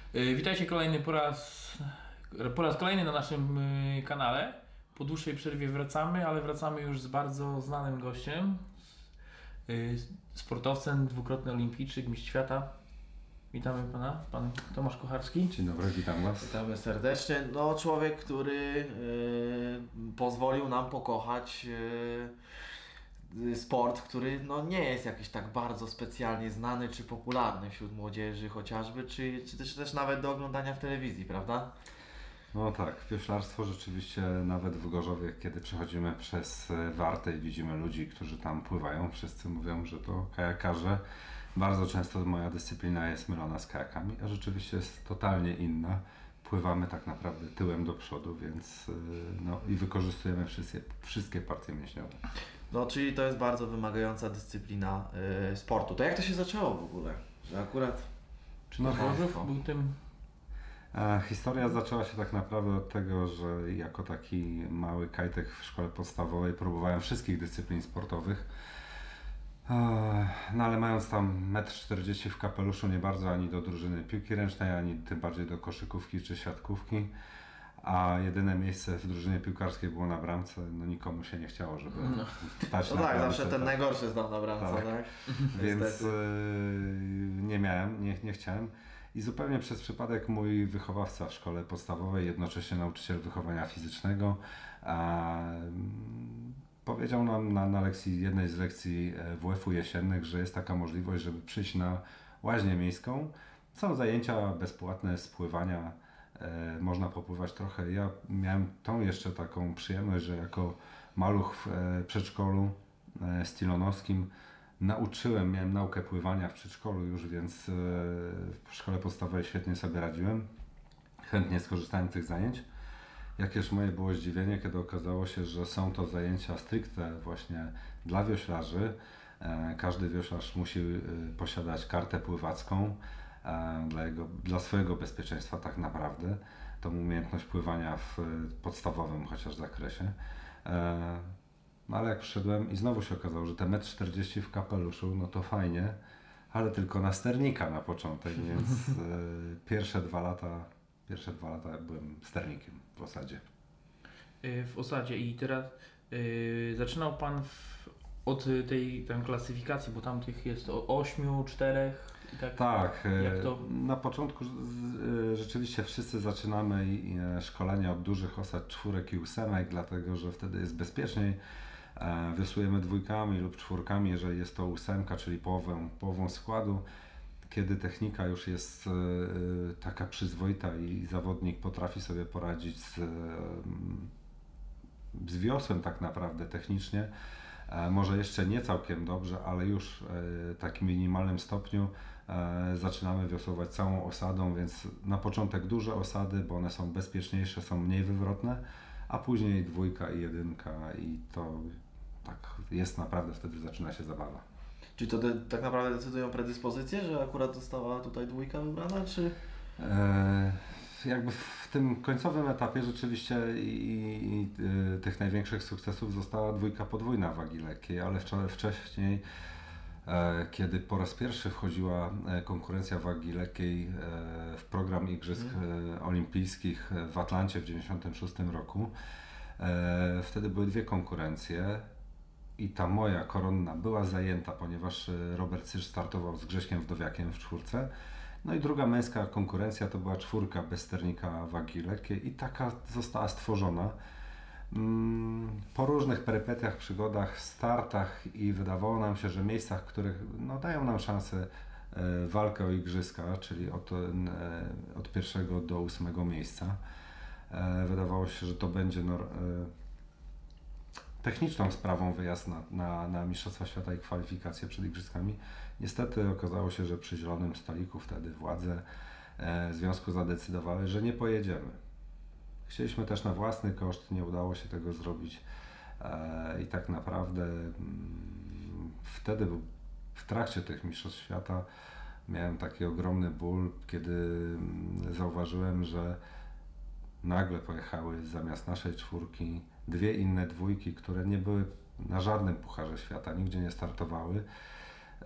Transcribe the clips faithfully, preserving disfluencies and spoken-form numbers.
Y, Witajcie kolejny po raz, po raz kolejny na naszym y, kanale. Po dłuższej przerwie wracamy, ale wracamy już z bardzo znanym gościem. Y, Sportowcem, dwukrotny olimpijczyk, mistrz świata. Witamy pana, pan Tomasz Kocharski. Dzień dobry, witam Was. Witamy serdecznie. No, człowiek, który yy, pozwolił nam pokochać yy, sport, który no, nie jest jakiś tak bardzo specjalnie znany czy popularny wśród młodzieży chociażby, czy, czy też, też nawet do oglądania w telewizji, prawda? No tak, wioślarstwo rzeczywiście nawet w Gorzowie, kiedy przechodzimy przez Wartę i widzimy ludzi, którzy tam pływają, wszyscy mówią, że to kajakarze. Bardzo często moja dyscyplina jest mylona z kajakami, a rzeczywiście jest totalnie inna. Pływamy tak naprawdę tyłem do przodu, więc no i wykorzystujemy wszystkie, wszystkie partie mięśniowe. No, czyli to jest bardzo wymagająca dyscyplina yy, sportu. To jak to się zaczęło w ogóle? Że akurat... Czy no, Gorzów był tym... A historia zaczęła się tak naprawdę od tego, że jako taki mały kajtek w szkole podstawowej próbowałem wszystkich dyscyplin sportowych. No ale mając tam metr czterdzieści w kapeluszu nie bardzo ani do drużyny piłki ręcznej, ani tym bardziej do koszykówki czy siatkówki, a jedyne miejsce w drużynie piłkarskiej było na bramce, no nikomu się nie chciało, żeby no. stać no na tak, bramce. zawsze ten tak. najgorszy znał na bramce, tak? tak? Więc yy, nie miałem, nie, nie chciałem. I zupełnie przez przypadek mój wychowawca w szkole podstawowej, jednocześnie nauczyciel wychowania fizycznego, a, powiedział nam na, na lekcji, jednej z lekcji W F-u jesiennych, że jest taka możliwość, żeby przyjść na łaźnię miejską. Są zajęcia bezpłatne z pływania, e, można popływać trochę. Ja miałem tą jeszcze taką przyjemność, że jako maluch w e, przedszkolu e, stilonowskim nauczyłem, miałem naukę pływania w przedszkolu już, więc e, w szkole podstawowej świetnie sobie radziłem. Chętnie skorzystałem z tych zajęć. Jakież moje było zdziwienie, kiedy okazało się, że są to zajęcia stricte właśnie dla wioślarzy. E, każdy wioślarz musi e, posiadać kartę pływacką e, dla, jego, dla swojego bezpieczeństwa tak naprawdę. Tą umiejętność pływania w podstawowym chociaż zakresie. E, no ale jak przyszedłem i znowu się okazało, że te metr czterdzieści w kapeluszu, no to fajnie, ale tylko na sternika na początek, więc e, pierwsze dwa lata Pierwsze dwa lata byłem sternikiem w osadzie. W osadzie i teraz yy, zaczynał pan w, od tej tam klasyfikacji, bo tam tych jest o ośmiu, czterech i tak. Tak, jak to... na początku rzeczywiście wszyscy zaczynamy szkolenia od dużych osad czwórek i ósemek, dlatego że wtedy jest bezpieczniej. Wiosłujemy dwójkami lub czwórkami, jeżeli jest to ósemka, czyli połową, połową składu. Kiedy technika już jest y, taka przyzwoita i zawodnik potrafi sobie poradzić z, y, z wiosłem tak naprawdę technicznie, e, może jeszcze nie całkiem dobrze, ale już w takim minimalnym stopniu e, zaczynamy wiosłować całą osadą, więc na początek duże osady, bo one są bezpieczniejsze, są mniej wywrotne, a później dwójka i jedynka i to tak jest naprawdę, wtedy zaczyna się zabawa. Czy to de, tak naprawdę decydują predyspozycje, że akurat została tutaj dwójka wybrana, czy? E, jakby w tym końcowym etapie rzeczywiście i, i y, tych największych sukcesów została dwójka podwójna wagi lekkiej, ale wczoraj, wcześniej, e, kiedy po raz pierwszy wchodziła konkurencja wagi lekkiej e, w program Igrzysk hmm. Olimpijskich w Atlancie w dziewięćdziesiątym szóstym roku, e, wtedy były dwie konkurencje. I ta moja koronna była zajęta, ponieważ Robert Cyż startował z Grześkiem Wdowiakiem w czwórce. No i druga męska konkurencja to była czwórka bez sternika wagi lekkiej i taka została stworzona. Po różnych perypetiach, przygodach, startach i wydawało nam się, że miejscach, w których no, dają nam szansę walkę o igrzyska, czyli od, od pierwszego do ósmego miejsca. Wydawało się, że to będzie no, techniczną sprawą wyjazd na, na, na Mistrzostwa Świata i kwalifikacje przed Igrzyskami. Niestety okazało się, że przy zielonym stoliku wtedy władze e, związku zadecydowały, że nie pojedziemy. Chcieliśmy też na własny koszt, nie udało się tego zrobić e, i tak naprawdę m, wtedy w trakcie tych Mistrzostw Świata miałem taki ogromny ból, kiedy m, zauważyłem, że nagle pojechały zamiast naszej czwórki dwie inne dwójki, które nie były na żadnym Pucharze Świata, nigdzie nie startowały.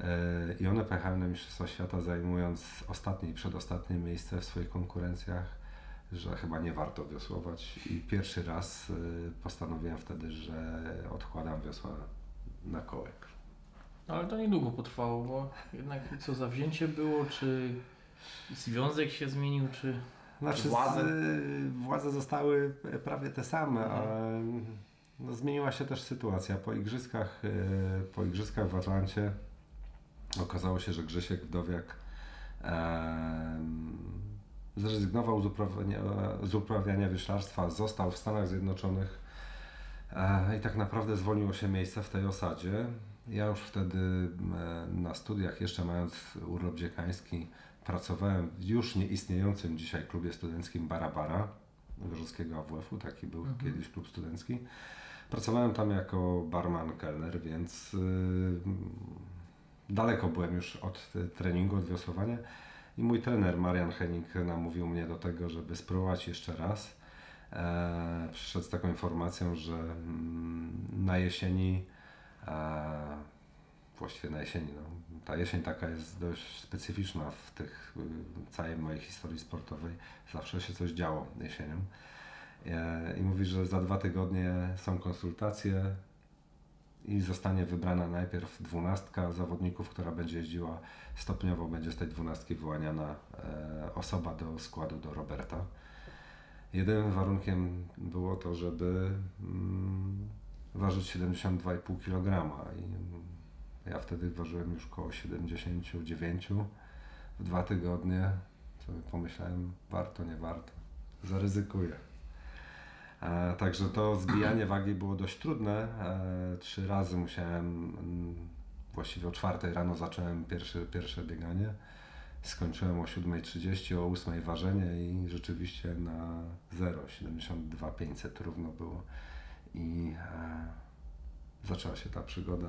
I one pojechały na Mistrzostwa Świata, zajmując ostatnie i przedostatnie miejsce w swoich konkurencjach, że chyba nie warto wiosłować. I pierwszy raz postanowiłem wtedy, że odkładam wiosła na kołek. Ale to niedługo potrwało, bo jednak co, zawzięcie było, czy związek się zmienił, czy... Znaczy Władze? z, władze zostały prawie te same, Mhm. ale no, zmieniła się też sytuacja. Po igrzyskach, po igrzyskach w Atlancie okazało się, że Grzesiek Wdowiak e, zrezygnował z uprawiania, z uprawiania wioślarstwa, został w Stanach Zjednoczonych e, i tak naprawdę zwolniło się miejsce w tej osadzie. Ja już wtedy e, na studiach, jeszcze mając urlop dziekański, pracowałem w już nieistniejącym dzisiaj klubie studenckim Barabara Gorzoskiego A W F-u, taki był Mhm. kiedyś klub studencki. Pracowałem tam jako barman, kelner, więc yy, daleko byłem już od treningu, od wiosłowania i mój trener Marian Henning namówił mnie do tego, żeby spróbować jeszcze raz. E, przyszedł z taką informacją, że mm, na jesieni e, właściwie na jesieni. No. Ta jesień taka jest dość specyficzna w tych y, całej mojej historii sportowej. Zawsze się coś działo jesienią. E, I mówi, że za dwa tygodnie są konsultacje i zostanie wybrana najpierw dwunastka zawodników, która będzie jeździła stopniowo, będzie z tej dwunastki wyłaniana e, osoba do składu do Roberta. Jedynym warunkiem było to, żeby mm, ważyć siedemdziesiąt dwa i pół kilograma. I ja wtedy ważyłem już koło siedemdziesiąt dziewięć w dwa tygodnie. Sobie pomyślałem, warto, nie warto, zaryzykuję. E, także to zbijanie wagi było dość trudne. E, trzy razy musiałem, m, właściwie o czwartej rano zacząłem pierwsze, pierwsze bieganie. Skończyłem o siódma trzydzieści, o ósmej ważenie i rzeczywiście na zero, siedemdziesiąt dwa pięćset równo było. I e, zaczęła się ta przygoda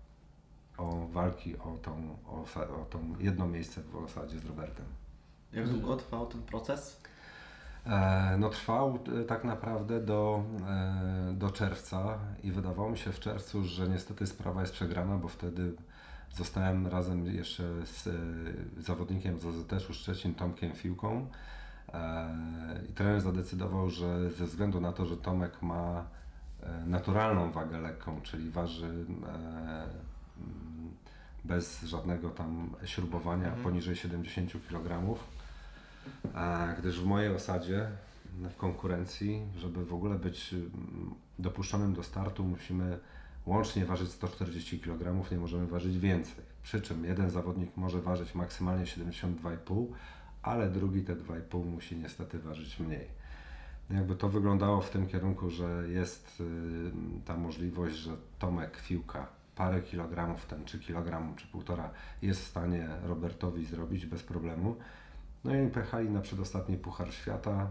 o walki o tą, o, o tą jedno miejsce w osadzie z Robertem. Jak długo trwał ten proces? E, no trwał e, tak naprawdę do, e, do czerwca i wydawało mi się w czerwcu, że niestety sprawa jest przegrana, bo wtedy zostałem razem jeszcze z e, zawodnikiem z A Z S-u Szczecin, Tomkiem Fiłką e, i trener zadecydował, że ze względu na to, że Tomek ma e, naturalną wagę lekką, czyli waży e, bez żadnego tam śrubowania Mhm. poniżej siedemdziesiąt kilogramów, a gdyż w mojej osadzie w konkurencji, żeby w ogóle być dopuszczonym do startu, musimy łącznie ważyć sto czterdzieści kilogramów, nie możemy ważyć więcej. Przy czym jeden zawodnik może ważyć maksymalnie siedemdziesiąt dwa i pół, ale drugi te dwa i pół musi niestety ważyć mniej. Jakby to wyglądało w tym kierunku, że jest y, ta możliwość, że Tomek Fiłka parę kilogramów, ten czy kilogram, czy półtora jest w stanie Robertowi zrobić bez problemu. No i pojechali na przedostatni Puchar Świata,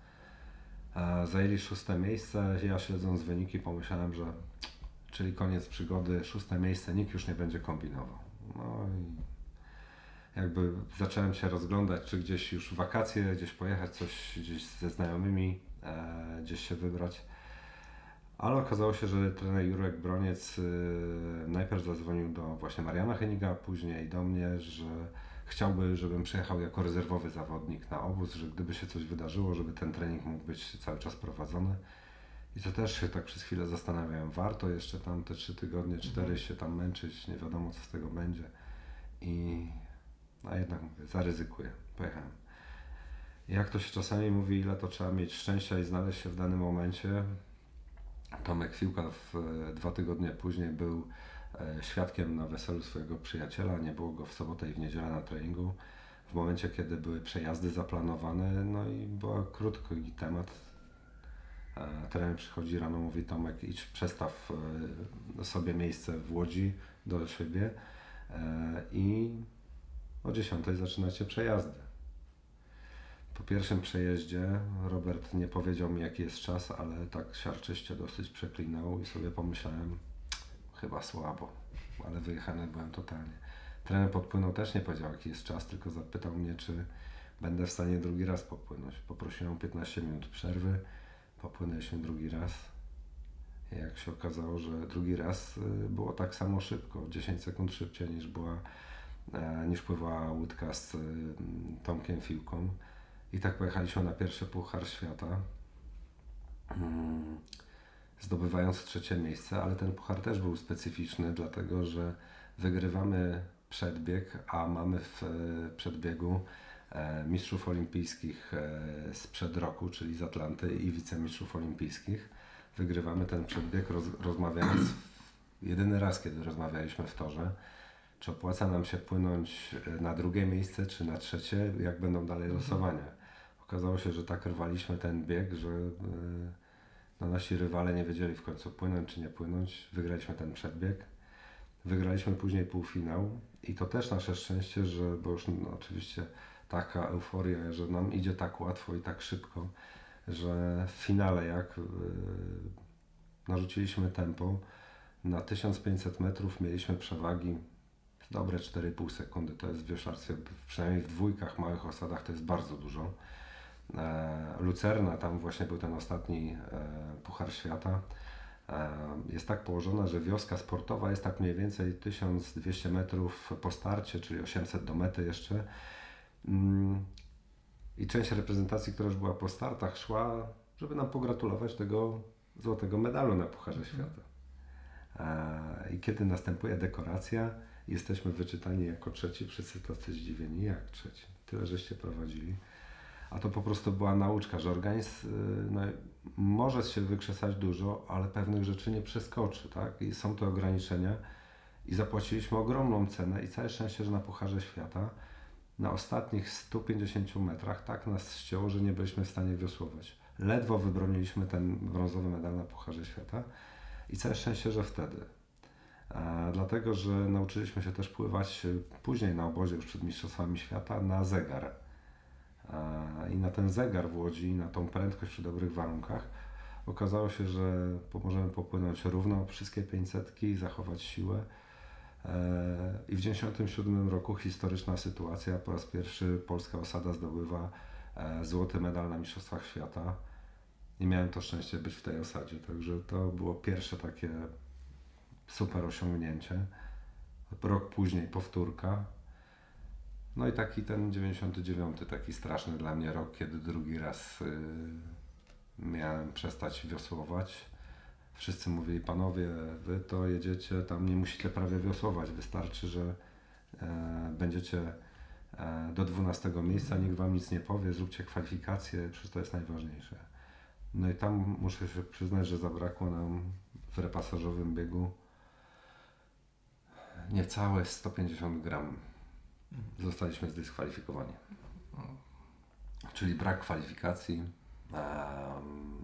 e, zajęli szóste miejsce. Ja śledząc wyniki pomyślałem, że czyli koniec przygody, szóste miejsce, nikt już nie będzie kombinował. No i jakby zacząłem się rozglądać, czy gdzieś już wakacje, gdzieś pojechać, coś gdzieś ze znajomymi, e, gdzieś się wybrać. Ale okazało się, że trener Jurek Broniec y, najpierw zadzwonił do właśnie Mariana Henniga, a później do mnie, że chciałby, żebym przyjechał jako rezerwowy zawodnik na obóz, że gdyby się coś wydarzyło, żeby ten trening mógł być cały czas prowadzony. I to też się tak przez chwilę zastanawiałem, warto jeszcze tam te trzy tygodnie, cztery się tam męczyć, nie wiadomo co z tego będzie. I a jednak mówię, zaryzykuję, pojechałem. I jak to się czasami mówi, ile to trzeba mieć szczęścia i znaleźć się w danym momencie. Tomek Fiłka w, dwa tygodnie później był e, świadkiem na weselu swojego przyjaciela, nie było go w sobotę i w niedzielę na treningu. W momencie, kiedy były przejazdy zaplanowane, no i był krótki temat. E, trener przychodzi rano, mówi: Tomek, idź, przestaw e, sobie miejsce w Łodzi do siebie e, i o dziesiątej zaczynacie przejazdy. Po pierwszym przejeździe Robert nie powiedział mi, jaki jest czas, ale tak siarczyście dosyć przeklinał i sobie pomyślałem, chyba słabo, ale wyjechany byłem totalnie. Trener podpłynął, też nie powiedział, jaki jest czas, tylko zapytał mnie, czy będę w stanie drugi raz popłynąć. Poprosiłem o piętnaście minut przerwy, popłynęliśmy drugi raz. Jak się okazało, że drugi raz y, było tak samo szybko, dziesięć sekund szybciej niż była, e, niż pływała łódka z y, Tomkiem Fiłką. I tak pojechaliśmy na pierwszy Puchar Świata, mm, zdobywając trzecie miejsce, ale ten puchar też był specyficzny, dlatego że wygrywamy przedbieg, a mamy w e, przedbiegu e, mistrzów olimpijskich e, sprzed roku, czyli z Atlanty i wicemistrzów olimpijskich. Wygrywamy ten przedbieg roz, rozmawiając, jedyny raz kiedy rozmawialiśmy w torze, czy opłaca nam się płynąć na drugie miejsce, czy na trzecie, jak będą dalej losowania. Okazało się, że tak rwaliśmy ten bieg, że e, no, nasi rywale nie wiedzieli w końcu płynąć czy nie płynąć. Wygraliśmy ten przedbieg. Wygraliśmy później półfinał i to też nasze szczęście, że bo już no, oczywiście taka euforia, że nam idzie tak łatwo i tak szybko, że w finale jak yy, narzuciliśmy tempo, na tysiąc pięćset metrów mieliśmy przewagi dobre cztery i pół sekundy. To jest w wioślarstwie, przynajmniej w dwójkach, małych osadach to jest bardzo dużo. E, Lucerna, tam właśnie był ten ostatni e, Puchar Świata. Jest tak położona, że wioska sportowa jest tak mniej więcej tysiąc dwieście metrów po starcie, czyli osiemset do mety jeszcze. I część reprezentacji, która już była po startach, szła, żeby nam pogratulować tego złotego medalu na Pucharze Świata. I kiedy następuje dekoracja, jesteśmy wyczytani jako trzeci, wszyscy tacy zdziwieni, jak trzeci. Tyle żeście prowadzili. A to po prostu była nauczka, że organizm no, może się wykrzesać dużo, ale pewnych rzeczy nie przeskoczy, tak? I są to ograniczenia i zapłaciliśmy ogromną cenę i całe szczęście, że na Pucharze Świata na ostatnich stu pięćdziesięciu metrach tak nas ścięło, że nie byliśmy w stanie wiosłować. Ledwo wybroniliśmy ten brązowy medal na Pucharze Świata i całe szczęście, że wtedy. A, dlatego, że nauczyliśmy się też pływać później na obozie już przed Mistrzostwami Świata na zegar. I na ten zegar w Łodzi, na tą prędkość przy dobrych warunkach okazało się, że możemy popłynąć równo wszystkie pięćsetki, zachować siłę. I w dziewięćdziesiątym siódmym roku historyczna sytuacja, po raz pierwszy polska osada zdobywa złoty medal na Mistrzostwach Świata i miałem to szczęście być w tej osadzie, także to było pierwsze takie super osiągnięcie. Rok później powtórka. No i taki ten dziewięćdziesiąty dziewiąty, taki straszny dla mnie rok, kiedy drugi raz yy, miałem przestać wiosłować. Wszyscy mówili, panowie, wy to jedziecie, tam nie musicie prawie wiosłować, wystarczy, że e, będziecie e, do dwunastego miejsca, nikt wam nic nie powie, zróbcie kwalifikacje, przecież to jest najważniejsze. No i tam muszę się przyznać, że zabrakło nam w repasażowym biegu niecałe sto pięćdziesiąt gram. Zostaliśmy zdyskwalifikowani. Czyli brak kwalifikacji. Um,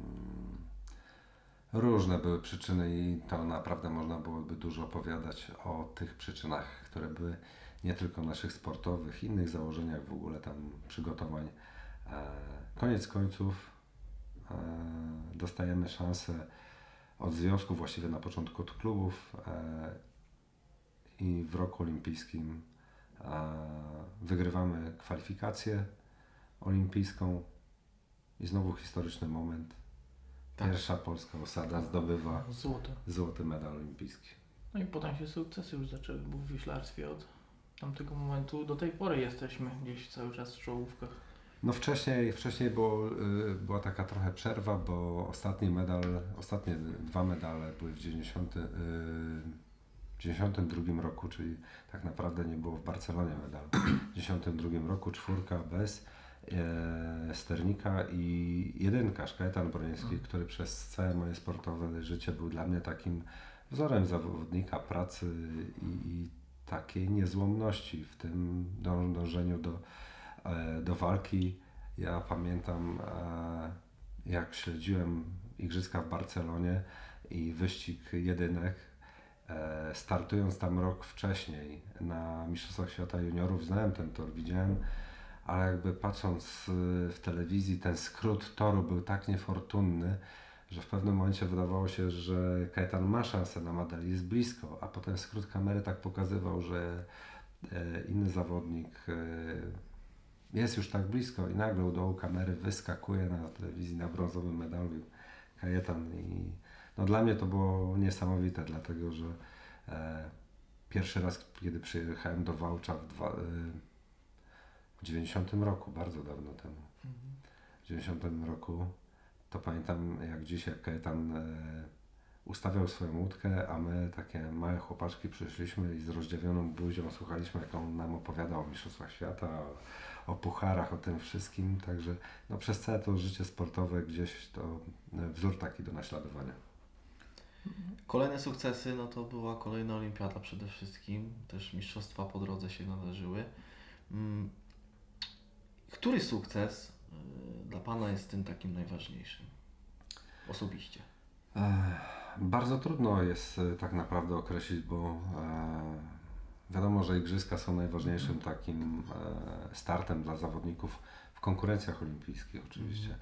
różne były przyczyny i to naprawdę można byłoby dużo opowiadać o tych przyczynach, które były nie tylko naszych sportowych, innych założeniach w ogóle tam przygotowań. E, koniec końców e, dostajemy szansę od związku, właściwie na początku od klubów e, i w roku olimpijskim wygrywamy kwalifikację olimpijską i znowu historyczny moment. Pierwsza tak. polska osada zdobywa Złoto. złoty medal olimpijski. No i potem się sukcesy już zaczęły, bo w wioślarstwie od tamtego momentu do tej pory jesteśmy gdzieś cały czas w czołówkach. No wcześniej, wcześniej było, y, była taka trochę przerwa, bo ostatni medal, ostatnie dwa medale były w dziewięćdziesiątym drugim roku, czyli tak naprawdę nie było w Barcelonie medalu. W dziewięćdziesiątym drugim roku czwórka bez e, sternika i jedynka, Kajetan Broniewski, mm. który przez całe moje sportowe życie był dla mnie takim wzorem zawodnika, pracy i, i takiej niezłomności w tym dążeniu do, e, do walki. Ja pamiętam, e, jak śledziłem igrzyska w Barcelonie i wyścig jedynek, startując tam rok wcześniej na Mistrzostwach Świata Juniorów, znałem ten tor, widziałem, ale jakby patrząc w telewizji, ten skrót toru był tak niefortunny, że w pewnym momencie wydawało się, że Kajetan ma szansę na medal, jest blisko, a potem skrót kamery tak pokazywał, że inny zawodnik jest już tak blisko i nagle u dołu kamery wyskakuje na telewizji na brązowym medalu Kajetan i no dla mnie to było niesamowite, dlatego że e, pierwszy raz, kiedy przyjechałem do Wałcza w, dwa, e, w dziewięćdziesiątym roku, bardzo dawno temu, w dziewięćdziesiątym roku, to pamiętam jak dzisiaj Kajetan e, ustawiał swoją łódkę, a my takie małe chłopaczki przyszliśmy i z rozdziawioną buzią słuchaliśmy, jak on nam opowiadał o mistrzostwach świata, o, o pucharach, o tym wszystkim, także no, przez całe to życie sportowe gdzieś to wzór taki do naśladowania. Kolejne sukcesy, no to była kolejna olimpiada przede wszystkim, też mistrzostwa po drodze się nadarzyły. Mm, Który sukces y, dla Pana jest tym takim najważniejszym? Osobiście. Ech, bardzo trudno jest e, tak naprawdę określić, bo e, wiadomo, że igrzyska są najważniejszym takim e, startem dla zawodników w konkurencjach olimpijskich oczywiście.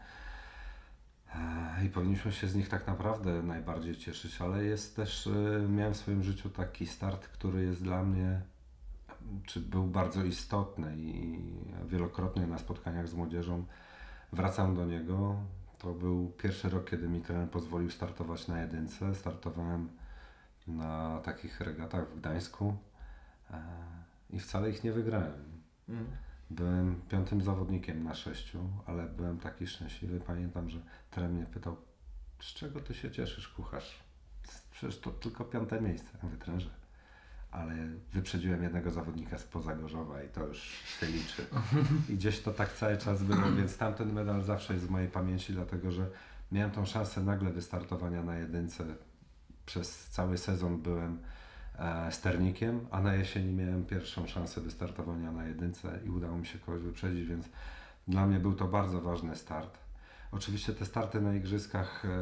E, I powinniśmy się z nich tak naprawdę najbardziej cieszyć, ale jest też, e, miałem w swoim życiu taki start, który jest dla mnie, czy był bardzo istotny i wielokrotnie na spotkaniach z młodzieżą wracam do niego. To był pierwszy rok, kiedy mi trener pozwolił startować na jedynce. Startowałem na takich regatach w Gdańsku e, i wcale ich nie wygrałem. Mm. Byłem piątym zawodnikiem na sześciu, ale byłem taki szczęśliwy. Pamiętam, że trener mnie pytał, z czego ty się cieszysz, kucharz? Przecież to tylko piąte miejsce. Ja mówię, trenerze, ale wyprzedziłem jednego zawodnika spoza Gorzowa i to już się liczy. I gdzieś to tak cały czas było, więc tamten medal zawsze jest w mojej pamięci, dlatego że miałem tą szansę nagle wystartowania na jedynce. Przez cały sezon byłem e, sternikiem, a na jesieni miałem pierwszą szansę wystartowania na jedynce i udało mi się kogoś wyprzedzić, więc dla mnie był to bardzo ważny start. Oczywiście te starty na igrzyskach e,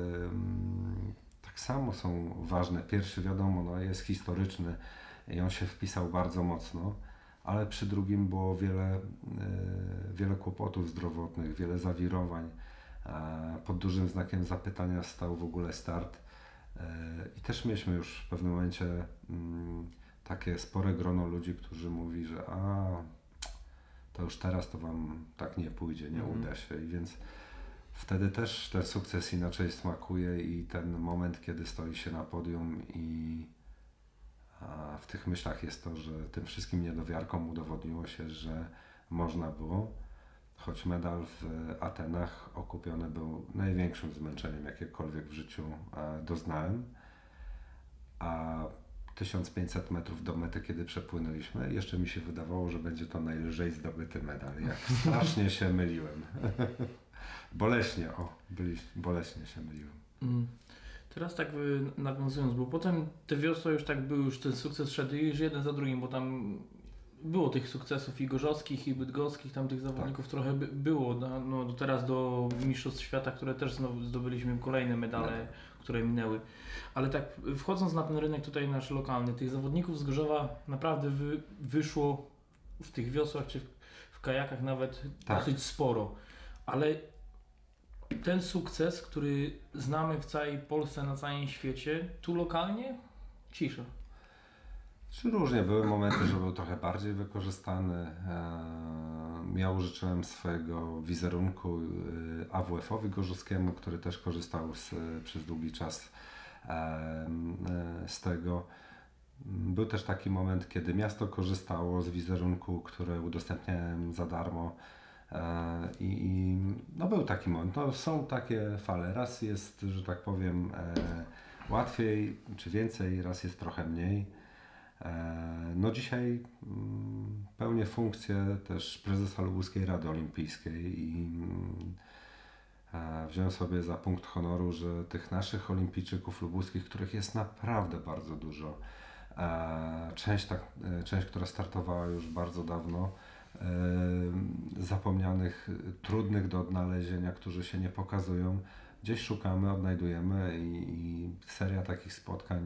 tak samo są ważne. Pierwszy wiadomo, no, jest historyczny i on się wpisał bardzo mocno, ale przy drugim było wiele, e, wiele kłopotów zdrowotnych, wiele zawirowań. E, pod dużym znakiem zapytania stał w ogóle start e, i też mieliśmy już w pewnym momencie mm, takie spore grono ludzi, którzy mówi, że a to już teraz to wam tak nie pójdzie, nie Mhm. uda się i więc wtedy też ten sukces inaczej smakuje i ten moment, kiedy stoi się na podium i a w tych myślach jest to, że tym wszystkim niedowiarkom udowodniło się, że można było, choć medal w Atenach okupiony był największym zmęczeniem, jakiekolwiek w życiu e, doznałem, a tysiąc pięćset metrów do mety, kiedy przepłynęliśmy, jeszcze mi się wydawało, że będzie to najlżej zdobyty medal. Jak strasznie się myliłem. Boleśnie, o, byli, boleśnie się myliłem. Mm. Teraz tak y, nawiązując, bo potem te wiosła już tak były, już ten sukces szedł już jeden za drugim, bo tam było tych sukcesów i gorzowskich, i bydgoskich, tam tych zawodników trochę by, było. No, no do teraz do Mistrzostw Świata, które też znowu zdobyliśmy kolejne medale, które minęły. Ale tak wchodząc na ten rynek tutaj nasz lokalny, tych zawodników z Gorzowa naprawdę wy, wyszło w tych wiosłach czy w, w kajakach nawet Tak. dosyć sporo. Ale ten sukces, który znamy w całej Polsce, na całym świecie, tu lokalnie cisza. Czy różnie, były momenty, że był trochę bardziej wykorzystany. Eee, Ja użyczyłem swojego wizerunku e, A W F-owi gorzowskiemu, który też korzystał z, przez długi czas e, e, z tego. Był też taki moment, kiedy miasto korzystało z wizerunku, który udostępniałem za darmo. E, I, i no był taki moment. No, są takie fale. Raz jest, że tak powiem, e, łatwiej czy więcej, raz jest trochę mniej. No dzisiaj mm, pełnię funkcję też prezesa Lubuskiej Rady Olimpijskiej i mm, e, wziąłem sobie za punkt honoru, że tych naszych olimpijczyków lubuskich, których jest naprawdę bardzo dużo, e, część, tak, e, część, która startowała już bardzo dawno, e, zapomnianych, trudnych do odnalezienia, którzy się nie pokazują, gdzieś szukamy, odnajdujemy i, i seria takich spotkań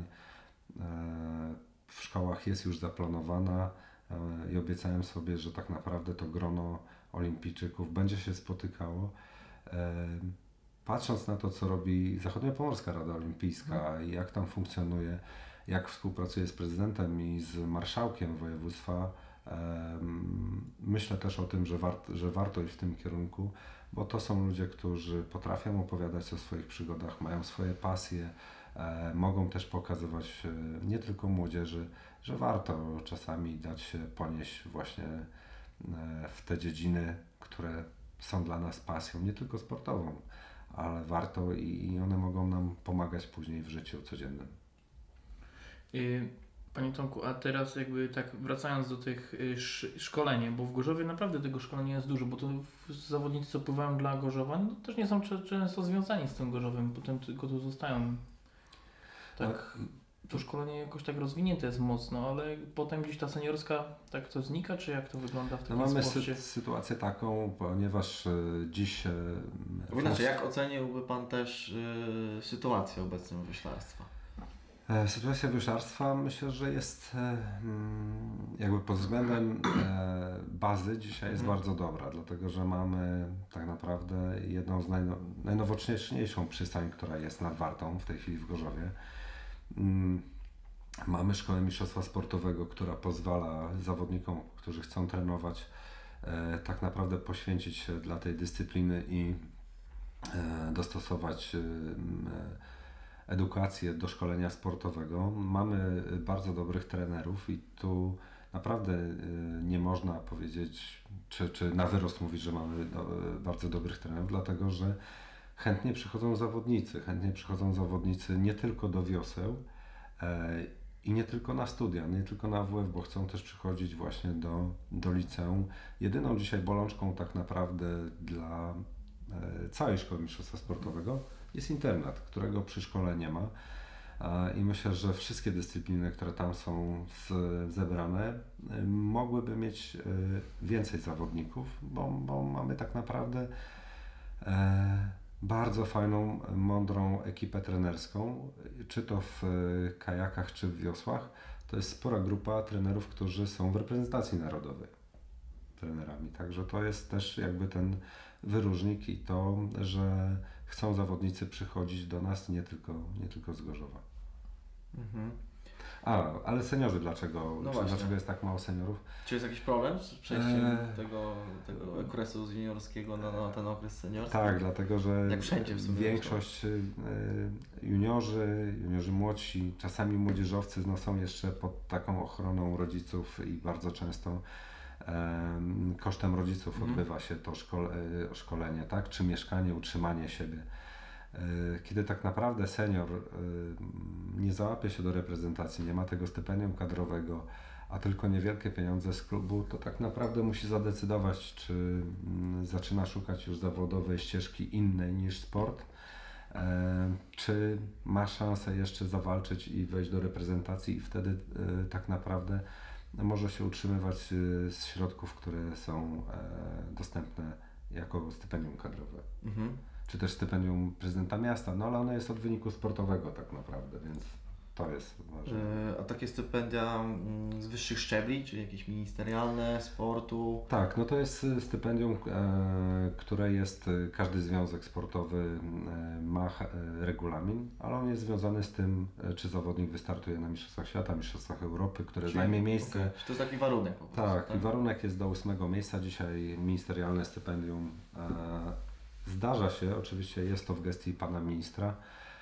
e, w szkołach jest już zaplanowana e, i obiecałem sobie, że tak naprawdę to grono olimpijczyków będzie się spotykało. E, patrząc na to, co robi Zachodniopomorska Rada Olimpijska i jak tam funkcjonuje, jak współpracuje z prezydentem i z marszałkiem województwa, e, myślę też o tym, że, wart, że warto iść w tym kierunku, bo to są ludzie, którzy potrafią opowiadać o swoich przygodach, mają swoje pasje, e, mogą też pokazywać e, nie tylko młodzieży, że warto czasami dać się ponieść właśnie e, w te dziedziny, które są dla nas pasją, nie tylko sportową, ale warto i, i one mogą nam pomagać później w życiu codziennym. Y, Panie Tomku, a teraz jakby tak wracając do tych y, sz- szkoleń, bo w Gorzowie naprawdę tego szkolenia jest dużo, bo to w- zawodnicy, co pływają dla Gorzowa, no też nie są cze- często związani z tym Gorzowem, potem tylko tu zostają. Tak, to szkolenie jakoś tak rozwinięte jest mocno, ale potem gdzieś ta seniorska, tak to znika, czy jak to wygląda w No takim mamy sporcie? sy- sytuację taką, ponieważ y, dziś... Y, Inaczej, jak oceniłby Pan też y, sytuację obecną wyślarstwa? E, Sytuacja wyżarstwa myślę, że jest e, mm, jakby pod względem e, bazy dzisiaj jest Mhm. bardzo dobra, dlatego że mamy tak naprawdę jedną z najno, najnowocześniejszą przystań, która jest nad Wartą w tej chwili w Gorzowie. Mm, Mamy szkołę mistrzostwa sportowego, która pozwala zawodnikom, którzy chcą trenować, e, tak naprawdę poświęcić się dla tej dyscypliny i e, dostosować e, m, edukację do szkolenia sportowego. Mamy bardzo dobrych trenerów i tu naprawdę y, nie można powiedzieć, czy, czy na wyrost mówić, że mamy do, bardzo dobrych trenerów, dlatego że chętnie przychodzą zawodnicy, chętnie przychodzą zawodnicy nie tylko do wioseł e, i nie tylko na studia, nie tylko na A W F, bo chcą też przychodzić właśnie do, do liceum. Jedyną dzisiaj bolączką tak naprawdę dla e, całej szkoły mistrzostwa sportowego jest internat, którego przy szkole nie ma. E, I myślę, że wszystkie dyscypliny, które tam są z, zebrane, e, mogłyby mieć e, więcej zawodników, bo, bo mamy tak naprawdę e, bardzo fajną, mądrą ekipę trenerską, czy to w e, kajakach, czy w wiosłach. To jest spora grupa trenerów, którzy są w reprezentacji narodowej trenerami. Także to jest też jakby ten wyróżnik i to, że chcą zawodnicy przychodzić do nas nie tylko, nie tylko z Gorzowa. Mhm. A, ale seniorzy dlaczego? No czy właśnie. dlaczego jest tak mało seniorów? Czy jest jakiś problem z przejściem Eee. tego, tego okresu z juniorskiego na, na ten okres seniorski? Tak, dlatego że Jak wszędzie w sumie większość y, juniorzy, juniorzy młodsi, czasami młodzieżowcy no, są jeszcze pod taką ochroną rodziców i bardzo często em, kosztem rodziców Mhm. odbywa się to szkole, y, szkolenie, tak? Czy mieszkanie, utrzymanie siebie. Y, Kiedy tak naprawdę senior y, nie załapie się do reprezentacji, nie ma tego stypendium kadrowego, a tylko niewielkie pieniądze z klubu, to tak naprawdę musi zadecydować, czy mm, zaczyna szukać już zawodowej ścieżki innej niż sport, e, czy ma szansę jeszcze zawalczyć i wejść do reprezentacji i wtedy e, tak naprawdę może się utrzymywać e, z środków, które są e, dostępne jako stypendium kadrowe. Mhm. Czy też stypendium prezydenta miasta, no ale ono jest od wyniku sportowego tak naprawdę, więc to jest ważne. Eee, A takie stypendia mm, z wyższych szczebli, czyli jakieś ministerialne, sportu? Tak, no to jest y, stypendium, e, które jest, y, każdy związek sportowy e, ma e, regulamin, ale on jest związany z tym, e, czy zawodnik wystartuje na Mistrzostwach Świata, Mistrzostwach Europy, które Czyli- zajmie miejsce. okej. To jest taki warunek po prostu, Tak, i warunek jest do ósmego miejsca dzisiaj, ministerialne stypendium. E, zdarza się, oczywiście jest to w gestii pana ministra,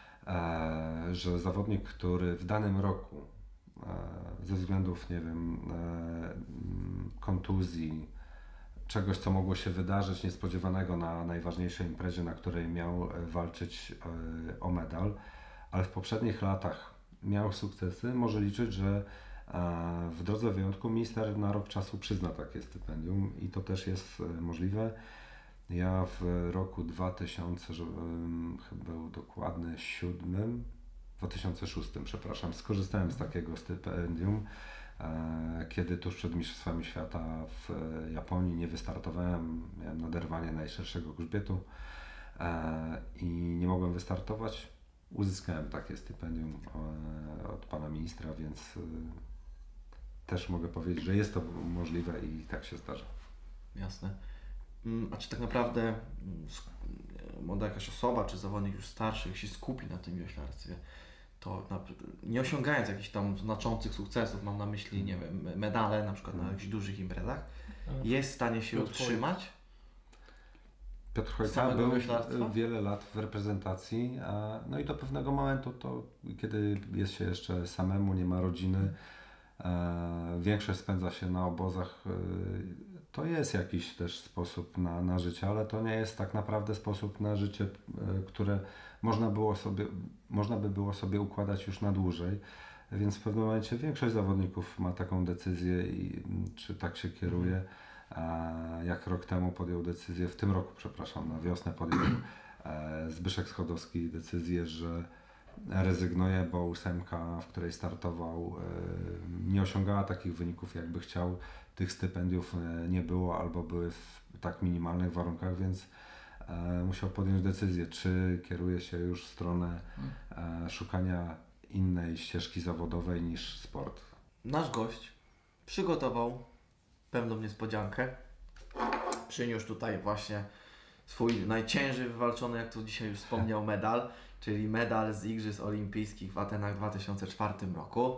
e, że zawodnik, który w danym roku e, ze względów, nie wiem, e, mm, kontuzji, czegoś, co mogło się wydarzyć niespodziewanego na najważniejszej imprezie, na której miał e, walczyć e, o medal, ale w poprzednich latach miał sukcesy, może liczyć, że e, w drodze wyjątku minister na rok czasu przyzna takie stypendium i to też jest e, możliwe. Ja w roku dwa tysiące, żebym chyba był dokładny, siódmym, dwa tysiące szóstym, przepraszam, skorzystałem z takiego stypendium, e, kiedy tuż przed Mistrzostwami Świata w Japonii nie wystartowałem, miałem naderwanie najszerszego grzbietu e, i nie mogłem wystartować. Uzyskałem takie stypendium e, od pana ministra, więc e, też mogę powiedzieć, że jest to możliwe i tak się zdarza. Jasne. Mm, A czy tak naprawdę mm, sk- e, młoda jakaś osoba, czy zawodnik już starszy, jak się skupi na tym wioślarstwie, to na, nie osiągając jakichś tam znaczących sukcesów, mam na myśli, nie wiem, medale na przykład na Mhm. jakichś dużych imprezach, jest w stanie się Piotr utrzymać? Piotr Chojca Samego był wioślarstwa? wiele lat w reprezentacji, a, no i do pewnego momentu, to kiedy jest się jeszcze samemu, nie ma rodziny, e, większość spędza się na obozach, e, to jest jakiś też sposób na, na życie, ale to nie jest tak naprawdę sposób na życie, e, które można, było sobie, można by było sobie układać już na dłużej. Więc w pewnym momencie większość zawodników ma taką decyzję i czy tak się kieruje. A jak rok temu podjął decyzję, w tym roku, przepraszam, na wiosnę podjął e, Zbyszek Schodowski decyzję, że rezygnuje, bo ósemka, w której startował, e, nie osiągała takich wyników, jakby chciał. Tych stypendiów e, nie było albo były w tak minimalnych warunkach, więc e, musiał podjąć decyzję, czy kieruje się już w stronę e, szukania innej ścieżki zawodowej niż sport. Nasz gość przygotował pewną niespodziankę. Przyniósł tutaj właśnie swój najciężej wywalczony, jak tu dzisiaj już wspomniał, medal, czyli medal z Igrzysk Olimpijskich w Atenach w dwa tysiące czwartym roku.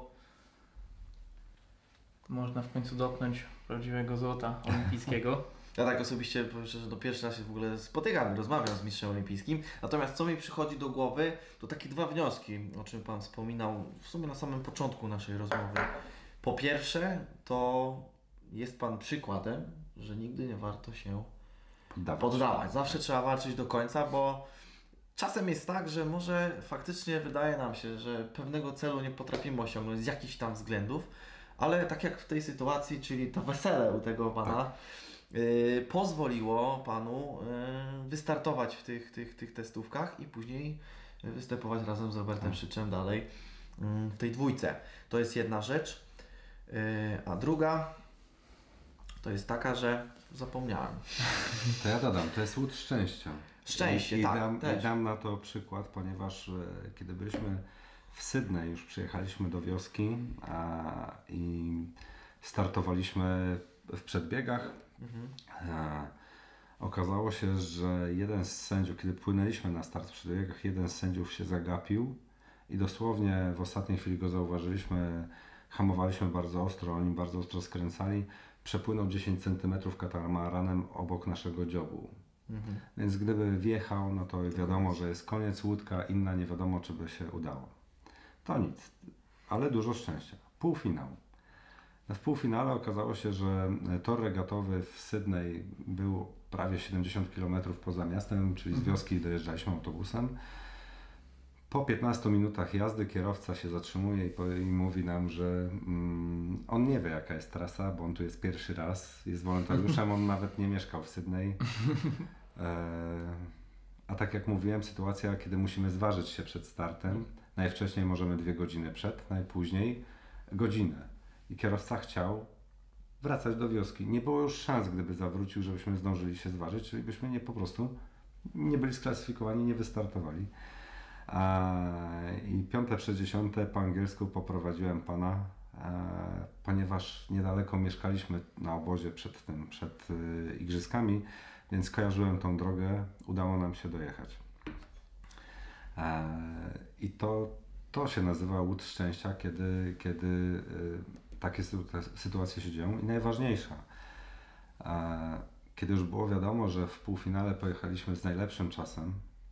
Można w końcu dotknąć prawdziwego złota olimpijskiego. Ja tak osobiście powiem szczerze, że do pierwszy raz się w ogóle spotykam, rozmawiam z mistrzem olimpijskim. Natomiast co mi przychodzi do głowy, to takie dwa wnioski, o czym Pan wspominał w sumie na samym początku naszej rozmowy. Po pierwsze, to jest Pan przykładem, że nigdy nie warto się Poddawać. poddawać. Zawsze trzeba walczyć do końca, bo czasem jest tak, że może faktycznie wydaje nam się, że pewnego celu nie potrafimy osiągnąć z jakichś tam względów, ale tak jak w tej sytuacji, czyli to wesele u tego Pana, Tak. Yy, pozwoliło Panu yy, wystartować w tych, tych, tych testówkach i później występować razem z Robertem Tak. Szyczem dalej yy, w tej dwójce. To jest jedna rzecz. Yy, a druga to jest taka, że zapomniałem. To ja dodam, to jest łód szczęścia. Szczęście, I, i tak, dam, też. I dam na to przykład, ponieważ e, kiedy byliśmy w Sydney, już przyjechaliśmy do wioski a, i startowaliśmy w przedbiegach. Mhm. E, okazało się, że jeden z sędziów, kiedy płynęliśmy na start w przedbiegach, jeden z sędziów się zagapił i dosłownie w ostatniej chwili go zauważyliśmy, hamowaliśmy bardzo ostro, oni bardzo ostro skręcali, przepłynął dziesięć centymetrów katamaranem obok naszego dziobu. Mhm. Więc gdyby wjechał, no to wiadomo, że jest koniec, łódka inna, nie wiadomo, czy by się udało. To nic, ale dużo szczęścia. Półfinał. W półfinale okazało się, że tor regatowy w Sydney był prawie siedemdziesiąt kilometrów poza miastem, czyli z wioski dojeżdżaliśmy autobusem. Po piętnastu minutach jazdy kierowca się zatrzymuje i, po, i mówi nam, że mm, on nie wie, jaka jest trasa, bo on tu jest pierwszy raz, jest wolontariuszem, on nawet nie mieszkał w Sydney. E, a tak jak mówiłem, sytuacja, kiedy musimy zważyć się przed startem, najwcześniej możemy dwie godziny przed, najpóźniej godzinę. I kierowca chciał wracać do wioski. Nie było już szans, gdyby zawrócił, żebyśmy zdążyli się zważyć, czyli byśmy nie po prostu nie byli sklasyfikowani, nie wystartowali. A, I piąte przez dziesiąte po angielsku poprowadziłem pana, a, ponieważ niedaleko mieszkaliśmy na obozie przed tym, przed y, igrzyskami, więc kojarzyłem tą drogę, udało nam się dojechać. A, I to, to się nazywa łód szczęścia, kiedy, kiedy y, takie sytuacje się dzieją. I najważniejsza, a, kiedy już było wiadomo, że w półfinale pojechaliśmy z najlepszym czasem,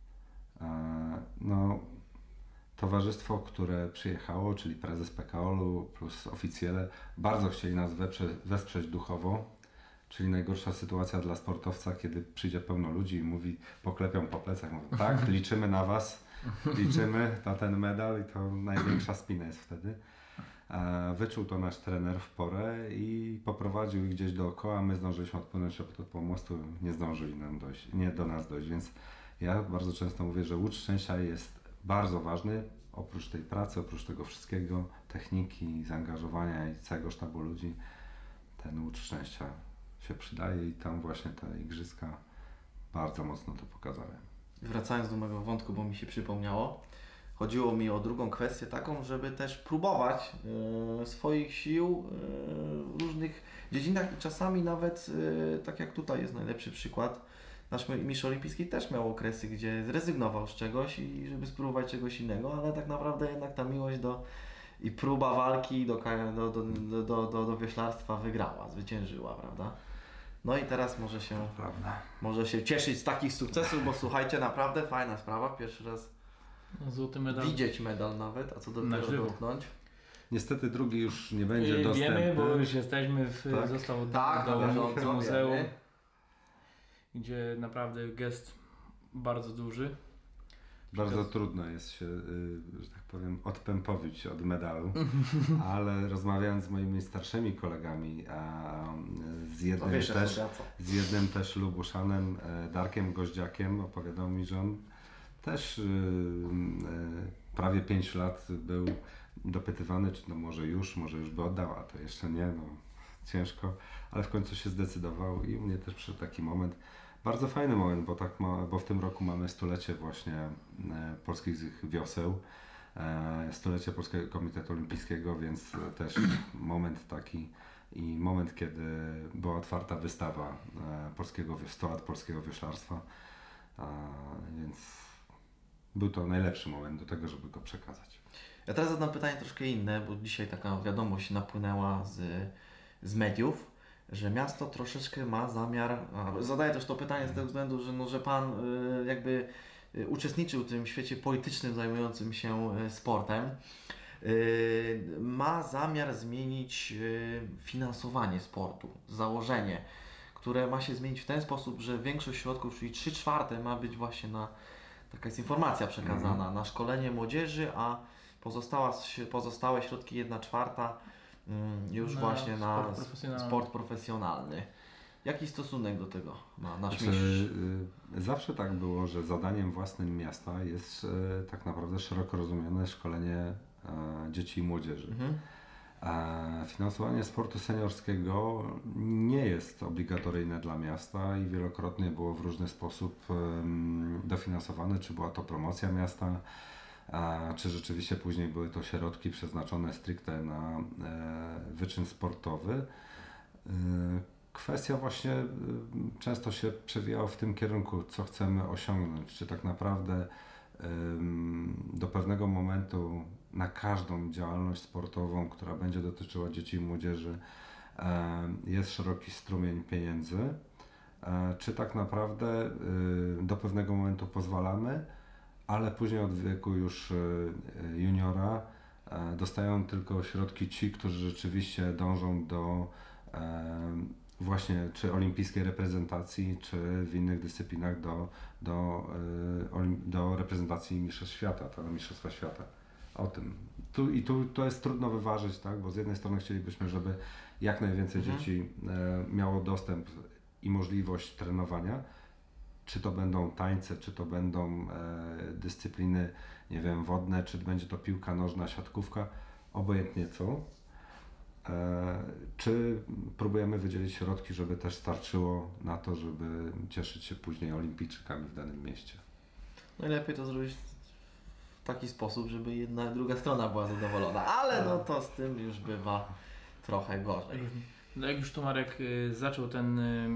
no, towarzystwo, które przyjechało, czyli prezes P K O L-u plus oficjele, bardzo chcieli nas wesprzeć, wesprzeć duchowo, czyli najgorsza sytuacja dla sportowca, kiedy przyjdzie pełno ludzi i mówi, poklepią po plecach, mówią, tak, liczymy na was, liczymy na ten medal i to największa spina jest wtedy. Wyczuł to nasz trener w porę i poprowadził ich gdzieś dookoła, my zdążyliśmy odpłynąć od pomostu, nie zdążyli nam dojść, nie do nas dojść, więc ja bardzo często mówię, że łód szczęścia jest bardzo ważny, oprócz tej pracy, oprócz tego wszystkiego, techniki, zaangażowania i całego sztabu ludzi, ten łód szczęścia się przydaje i tam właśnie te igrzyska bardzo mocno to pokazały. Wracając do mojego wątku, bo mi się przypomniało, chodziło mi o drugą kwestię taką, żeby też próbować e, swoich sił e, w różnych dziedzinach i czasami nawet, e, tak jak tutaj jest najlepszy przykład, nasz mistrz olimpijski też miał okresy, gdzie zrezygnował z czegoś i żeby spróbować czegoś innego, ale tak naprawdę jednak ta miłość do i próba walki do, do, do, do, do, do wioślarstwa wygrała, zwyciężyła, prawda? No i teraz może się, Prawda. może się cieszyć z takich sukcesów, bo słuchajcie, naprawdę fajna sprawa. Pierwszy raz No, złoty medal. widzieć medal nawet, a co Na dopiero żywo. dotknąć. Niestety drugi już nie będzie Yy, dostępny. Wiemy, bo już jesteśmy, w, Tak. został oddany Tak, na do bieżąco, muzeum, wiemy. gdzie naprawdę gest bardzo duży. Bardzo Przekaz- trudno jest się, y, że tak powiem, odpępowić od medalu, ale rozmawiając z moimi starszymi kolegami, a y, z To jednym wiesz, też, jak to z jednym też Lubuszanem, e, Darkiem Goździakiem, opowiadał mi, że on też y, y, prawie pięć lat był dopytywany, czy no może już, może już by oddał, a to jeszcze nie, no ciężko, ale w końcu się zdecydował i u mnie też przyszedł taki moment. Bardzo fajny moment, bo, tak ma, bo w tym roku mamy stulecie właśnie e, polskich wioseł, e, stulecie Polskiego Komitetu Olimpijskiego, więc e, też moment taki i moment, kiedy była otwarta wystawa e, polskiego, sto lat polskiego wioślarstwa, e, więc był to najlepszy moment do tego, żeby go przekazać. Ja teraz zadam pytanie troszkę inne, bo dzisiaj taka wiadomość napłynęła z, z mediów, że miasto troszeczkę ma zamiar, a, zadaję też to pytanie z tego względu, że, no, że Pan y, jakby y, uczestniczył w tym świecie politycznym zajmującym się y, sportem, y, ma zamiar zmienić y, finansowanie sportu, założenie, które ma się zmienić w ten sposób, że większość środków, czyli trzy czwarte ma być właśnie na, taka jest informacja przekazana, na szkolenie młodzieży, a pozostała, pozostałe środki jedna czwarta mm, już Na właśnie na sport profesjonalny. sport profesjonalny. Jaki stosunek do tego ma nasz Znaczy, mistrz? y, zawsze tak było, że zadaniem własnym miasta jest y, tak naprawdę szeroko rozumiane szkolenie e, dzieci i młodzieży. Mhm. E, Finansowanie sportu seniorskiego nie jest obligatoryjne dla miasta i wielokrotnie było w różny sposób em, dofinansowane, czy była to promocja miasta, a czy rzeczywiście później były to środki przeznaczone stricte na e, wyczyn sportowy. E, Kwestia właśnie y, często się przewijała w tym kierunku, co chcemy osiągnąć, czy tak naprawdę ym, do pewnego momentu na każdą działalność sportową, która będzie dotyczyła dzieci i młodzieży, e, jest szeroki strumień pieniędzy, e, czy tak naprawdę y, do pewnego momentu pozwalamy, ale później od wieku już y, y, juniora e, dostają tylko środki ci, którzy rzeczywiście dążą do e, właśnie czy olimpijskiej reprezentacji, czy w innych dyscyplinach do, do, y, do reprezentacji Mistrzostw Świata, to Mistrzostwa Świata. O tym. Tu, I tu to jest trudno wyważyć, tak? Bo z jednej strony chcielibyśmy, żeby jak najwięcej Mhm. dzieci e, miało dostęp i możliwość trenowania, czy to będą tańce, czy to będą e, dyscypliny, nie wiem, wodne, czy będzie to piłka nożna, siatkówka, obojętnie co. E, czy próbujemy wydzielić środki, żeby też starczyło na to, żeby cieszyć się później olimpijczykami w danym mieście? Najlepiej to zrobić w taki sposób, żeby jedna i druga strona była zadowolona, ale no to z tym już bywa trochę gorzej. No jak już tu Marek y, zaczął ten y,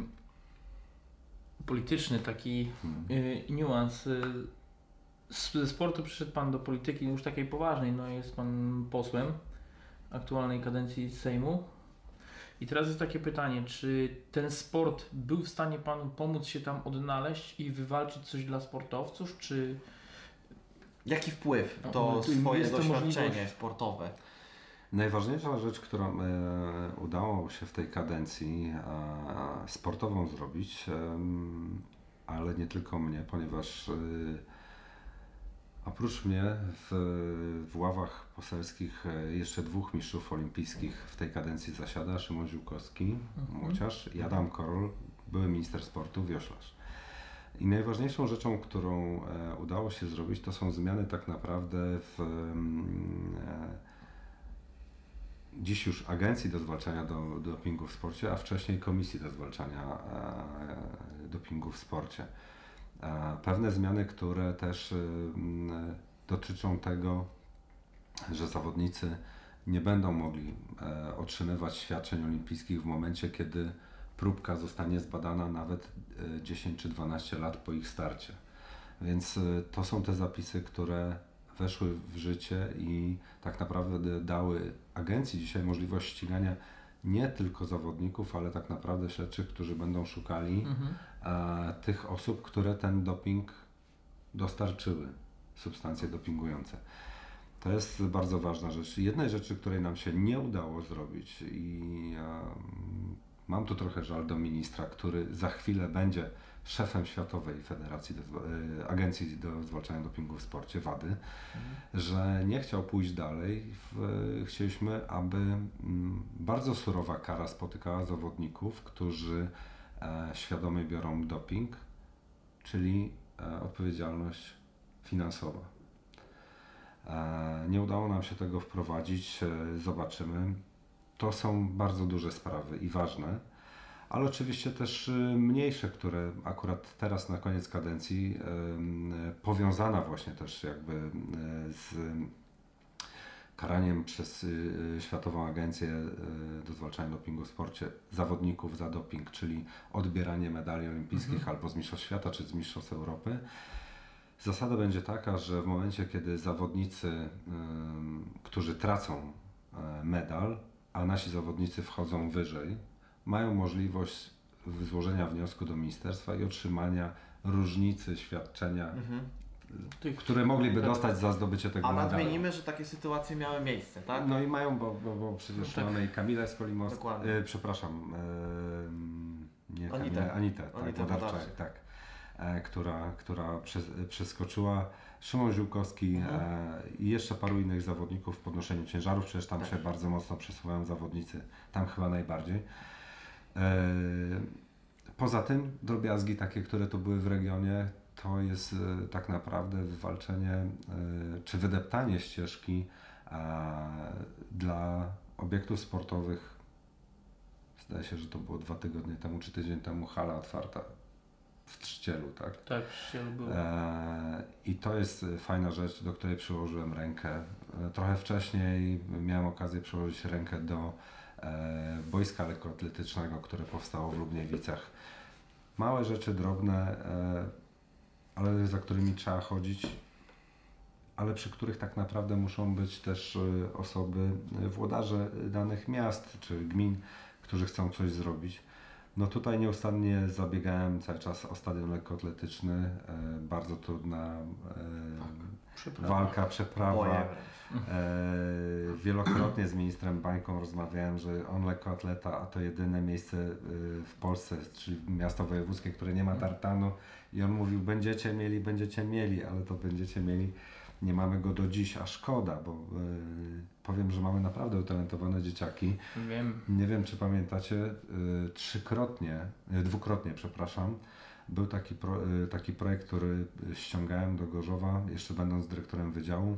polityczny taki y, niuans, y, z ze sportu przyszedł Pan do polityki już takiej poważnej, no jest Pan posłem aktualnej kadencji Sejmu. I teraz jest takie pytanie, czy ten sport był w stanie Panu pomóc się tam odnaleźć i wywalczyć coś dla sportowców, czy... Jaki wpływ No, to no, tu swoje jest to doświadczenie możliwość- sportowe? Najważniejsza rzecz, którą e, udało się w tej kadencji e, sportową zrobić, em, ale nie tylko mnie, ponieważ e, oprócz mnie w, w ławach poselskich e, jeszcze dwóch mistrzów olimpijskich w tej kadencji zasiada, Szymon Ziółkowski, Mhm. młodziarz, i Adam Korol, były minister sportu, wioślarz. I najważniejszą rzeczą, którą e, udało się zrobić, to są zmiany tak naprawdę w em, e, dziś już Agencji do Zwalczania do, Dopingu w Sporcie, a wcześniej Komisji do Zwalczania e, Dopingu w Sporcie. E, pewne zmiany, które też e, m, dotyczą tego, że zawodnicy nie będą mogli e, otrzymywać świadczeń olimpijskich w momencie, kiedy próbka zostanie zbadana nawet e, dziesięć czy dwanaście lat po ich starcie. Więc e, to są te zapisy, które weszły w życie i tak naprawdę dały agencji dzisiaj możliwość ścigania nie tylko zawodników, ale tak naprawdę śledczych, którzy będą szukali Mhm. e, tych osób, które ten doping dostarczyły, substancje dopingujące. To jest bardzo ważna rzecz. Jednej rzeczy, której nam się nie udało zrobić i e, mam tu trochę żal do ministra, który za chwilę będzie szefem Światowej Federacji, do, e, Agencji do Zwalczania Dopingu w Sporcie, WADY, mhm. że nie chciał pójść dalej. W, chcieliśmy, aby m, bardzo surowa kara spotykała zawodników, którzy e, świadomie biorą doping, czyli e, odpowiedzialność finansowa. Nie udało nam się tego wprowadzić, zobaczymy. To są bardzo duże sprawy i ważne, ale oczywiście też mniejsze, które akurat teraz na koniec kadencji powiązana właśnie też jakby z karaniem przez Światową Agencję do Zwalczania Dopingu w Sporcie zawodników za doping, czyli odbieranie medali olimpijskich mhm. albo z Mistrzostw Świata czy z Mistrzostw Europy. Zasada będzie taka, że w momencie, kiedy zawodnicy, y, którzy tracą y, medal, a nasi zawodnicy wchodzą wyżej, mają możliwość złożenia wniosku do ministerstwa i otrzymania różnicy świadczenia, mhm. Tych, które mogliby tak. dostać za zdobycie tego a medalu. A nadmienimy, że takie sytuacje miały miejsce, tak? No i mają, bo, bo, bo przecież no tak. mamy i Kamilę Skolimowską, y, przepraszam, y, nie Kamilę, Anitę, Anitę tak, Wodarczak, tak. Która, która przez, przeskoczyła, Szymon Ziółkowski mhm. e, i jeszcze paru innych zawodników w podnoszeniu ciężarów, przecież tam tak. się bardzo mocno przesuwają zawodnicy, tam chyba najbardziej. E, poza tym drobiazgi takie, które tu były w regionie, to jest e, tak naprawdę wywalczenie e, czy wydeptanie ścieżki e, dla obiektów sportowych. Zdaje się, że to było dwa tygodnie temu czy tydzień temu hala otwarta. W Trzcielu, tak? Tak, w Trzcielu było. E, I to jest fajna rzecz, do której przyłożyłem rękę. E, trochę wcześniej miałem okazję przyłożyć rękę do e, boiska lekkoatletycznego, które powstało w Lubniewicach. Małe rzeczy, drobne, e, ale za którymi trzeba chodzić, ale przy których tak naprawdę muszą być też e, osoby, włodarze danych miast czy gmin, którzy chcą coś zrobić. No tutaj nieustannie zabiegałem cały czas o stadion lekkoatletyczny, e, bardzo trudna e, tak, walka, przeprawa. E, wielokrotnie z ministrem Bańką rozmawiałem, że on lekkoatleta, a to jedyne miejsce e, w Polsce, czyli miasto wojewódzkie, które nie ma tartanu i on mówił, będziecie mieli, będziecie mieli, ale to będziecie mieli, nie mamy go do dziś, a szkoda, bo e, powiem, że mamy naprawdę utalentowane dzieciaki. Wiem. Nie wiem, czy pamiętacie, y, trzykrotnie, y, dwukrotnie, przepraszam, był taki, pro, y, taki projekt, który ściągałem do Gorzowa, jeszcze będąc dyrektorem wydziału,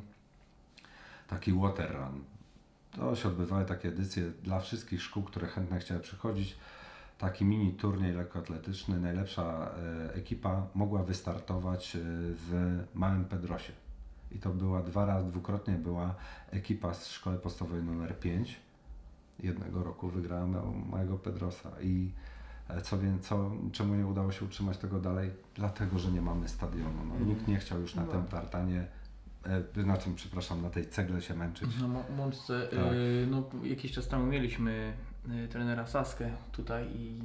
taki water run. To się odbywały takie edycje dla wszystkich szkół, które chętnie chciały przychodzić. Taki mini turniej lekkoatletyczny, najlepsza y, ekipa mogła wystartować y, w Małym Pedrosie. I to była dwa razy, dwukrotnie była ekipa z szkoły podstawowej numer pięć. Jednego roku wygrałem Małego Pedrosa. I co więc, co, czemu nie udało się utrzymać tego dalej? Dlatego, że nie mamy stadionu. No, nikt nie chciał już na no. tym tartanie, e, na tym, przepraszam, na tej cegle się męczyć. No Mączce, tak. y, no jakiś czas temu mieliśmy y, trenera Saskę tutaj i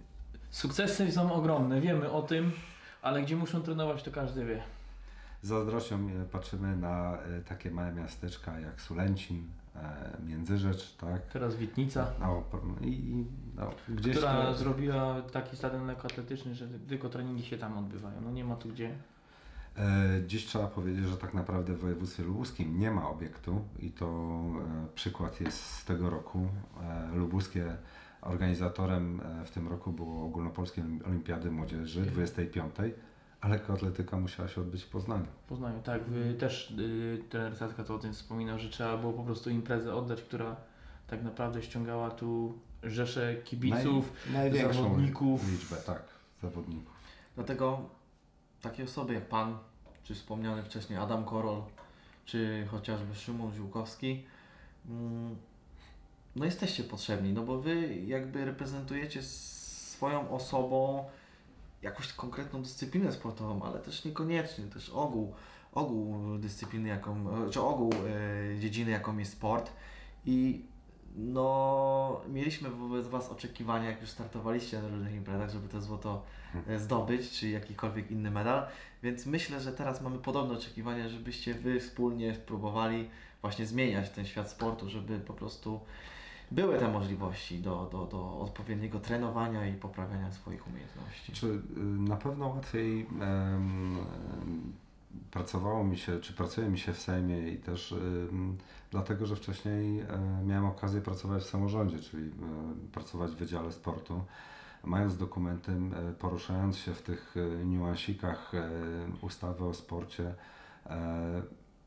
sukcesy są ogromne, wiemy o tym, ale gdzie muszą trenować, to każdy wie. Z zazdrością patrzymy na takie małe miasteczka jak Sulęcin, Międzyrzecz, tak? Teraz Witnica, no, i, no, gdzieś która to... zrobiła taki stadion lekkoatletyczny, że tylko treningi się tam odbywają, no nie ma tu gdzie. E, dziś trzeba powiedzieć, że tak naprawdę w województwie lubuskim nie ma obiektu i to e, przykład jest z tego roku. E, lubuskie organizatorem e, w tym roku było Ogólnopolskie Olimpiady Młodzieży dwudziestej piątej. A lekkoatletyka musiała się odbyć w Poznaniu. W Poznaniu, tak. Wy też y, trener Saska to o tym wspominał, że trzeba było po prostu imprezę oddać, która tak naprawdę ściągała tu rzesze kibiców, Naj, zawodników. liczbę, tak, zawodników. Dlatego takie osoby jak Pan, czy wspomniany wcześniej Adam Korol, czy chociażby Szymon Ziółkowski, mm, no jesteście potrzebni, no bo Wy jakby reprezentujecie swoją osobą jakąś konkretną dyscyplinę sportową, ale też niekoniecznie, też ogół, ogół dyscypliny, jaką, czy ogół e, dziedziny, jaką jest sport. I no, mieliśmy wobec Was oczekiwania, jak już startowaliście na różnych imprezach, żeby to złoto e, zdobyć, czy jakikolwiek inny medal, więc myślę, że teraz mamy podobne oczekiwania, żebyście Wy wspólnie spróbowali właśnie zmieniać ten świat sportu, żeby po prostu były te możliwości do, do, do odpowiedniego trenowania i poprawiania swoich umiejętności. Czy y, na pewno łatwiej em, em, pracowało mi się, czy pracuje mi się w Sejmie i też ym, dlatego, że wcześniej e, miałem okazję pracować w samorządzie, czyli e, pracować w Wydziale Sportu, mając dokumenty, e, poruszając się w tych e, niuansikach e, ustawy o sporcie, e,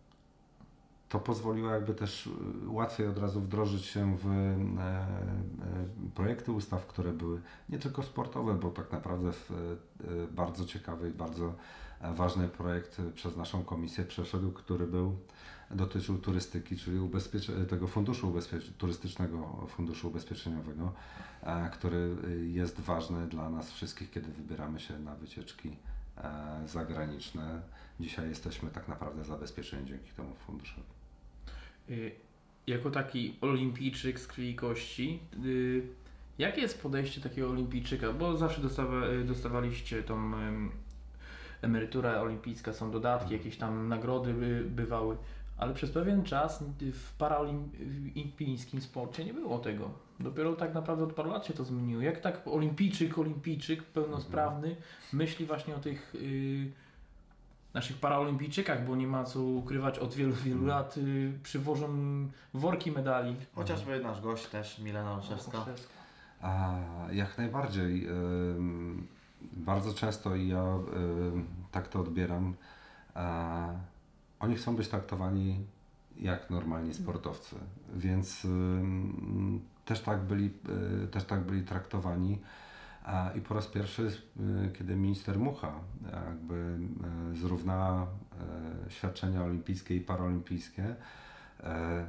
to pozwoliło jakby też e, łatwiej od razu wdrożyć się w e, e, projekty ustaw, które były nie tylko sportowe, bo tak naprawdę w, e, bardzo ciekawy i bardzo ważny projekt przez naszą komisję przeszedł, który był, dotyczył turystyki, czyli ubezpiecze, tego funduszu ubezpiecz, turystycznego funduszu ubezpieczeniowego, e, który jest ważny dla nas wszystkich, kiedy wybieramy się na wycieczki e, zagraniczne. Dzisiaj jesteśmy tak naprawdę zabezpieczeni dzięki temu funduszowi. Y, Jako taki olimpijczyk z krwi i kości, y, jakie jest podejście takiego olimpijczyka? Bo zawsze dostawa, y, dostawaliście tą ym, emeryturę olimpijską, są dodatki, jakieś tam nagrody by, bywały, ale przez pewien czas w paraolimpijskim sporcie nie było tego. Dopiero tak naprawdę od paru lat się to zmieniło. Jak tak olimpijczyk, olimpijczyk pełnosprawny myśli właśnie o tych y, naszych paraolimpijczykach, bo nie ma co ukrywać, od wielu, wielu lat y, przywożą worki medali. Chociażby nasz gość też, Milena Olszewska. A jak najbardziej. ym, Bardzo często i ja ym, tak to odbieram. A, oni chcą być traktowani jak normalni sportowcy, więc ym, też tak byli, y, też tak byli traktowani. A, I po raz pierwszy, y, kiedy minister Mucha jakby y, zrównała y, świadczenia olimpijskie i paraolimpijskie, y,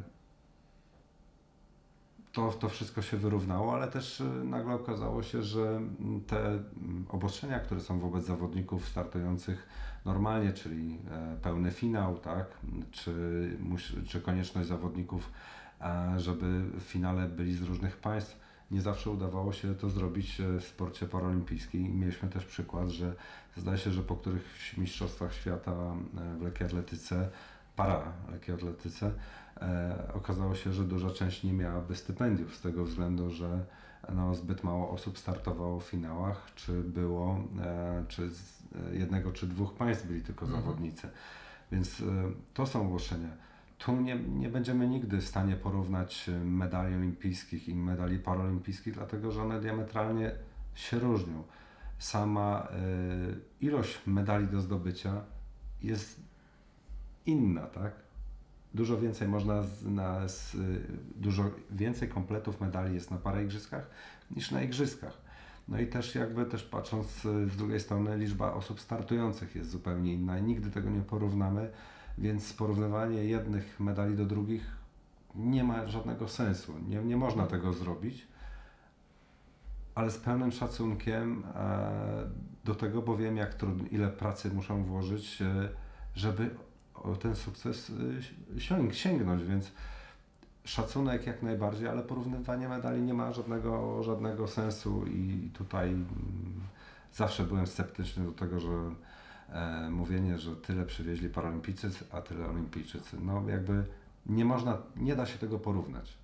To, to wszystko się wyrównało, ale też y, nagle okazało się, że mm, te mm, obostrzenia, które są wobec zawodników startujących normalnie, czyli e, pełny finał, tak, czy, mus, czy konieczność zawodników, e, żeby w finale byli z różnych państw, nie zawsze udawało się to zrobić e, w sporcie paraolimpijskim. I mieliśmy też przykład, że zdaje się, że po którychś mistrzostwach świata e, w lekkiej atletyce, para lekkiej atletyce, E, okazało się, że duża część nie miałaby stypendiów z tego względu, że no, zbyt mało osób startowało w finałach, czy było, e, czy z jednego czy dwóch państw byli tylko Mhm. zawodnicy. Więc e, to są ogłoszenia. Tu nie, nie będziemy nigdy w stanie porównać medali olimpijskich i medali paraolimpijskich, dlatego że one diametralnie się różnią. Sama e, ilość medali do zdobycia jest inna, tak? Dużo więcej można, z, na, z, dużo więcej kompletów medali jest na paraigrzyskach niż na igrzyskach. No i też jakby też patrząc z drugiej strony liczba osób startujących jest zupełnie inna i nigdy tego nie porównamy, więc porównywanie jednych medali do drugich nie ma żadnego sensu. Nie, nie można tego zrobić, ale z pełnym szacunkiem e, do tego, bo wiem jak trudno, ile pracy muszą włożyć, e, żeby o ten sukces sięg, sięgnąć, więc szacunek jak najbardziej, ale porównywanie medali nie ma żadnego, żadnego sensu i tutaj mm, zawsze byłem sceptyczny do tego, że e, mówienie, że tyle przywieźli paraolimpijczycy, a tyle olimpijczycy, no jakby nie można, nie da się tego porównać.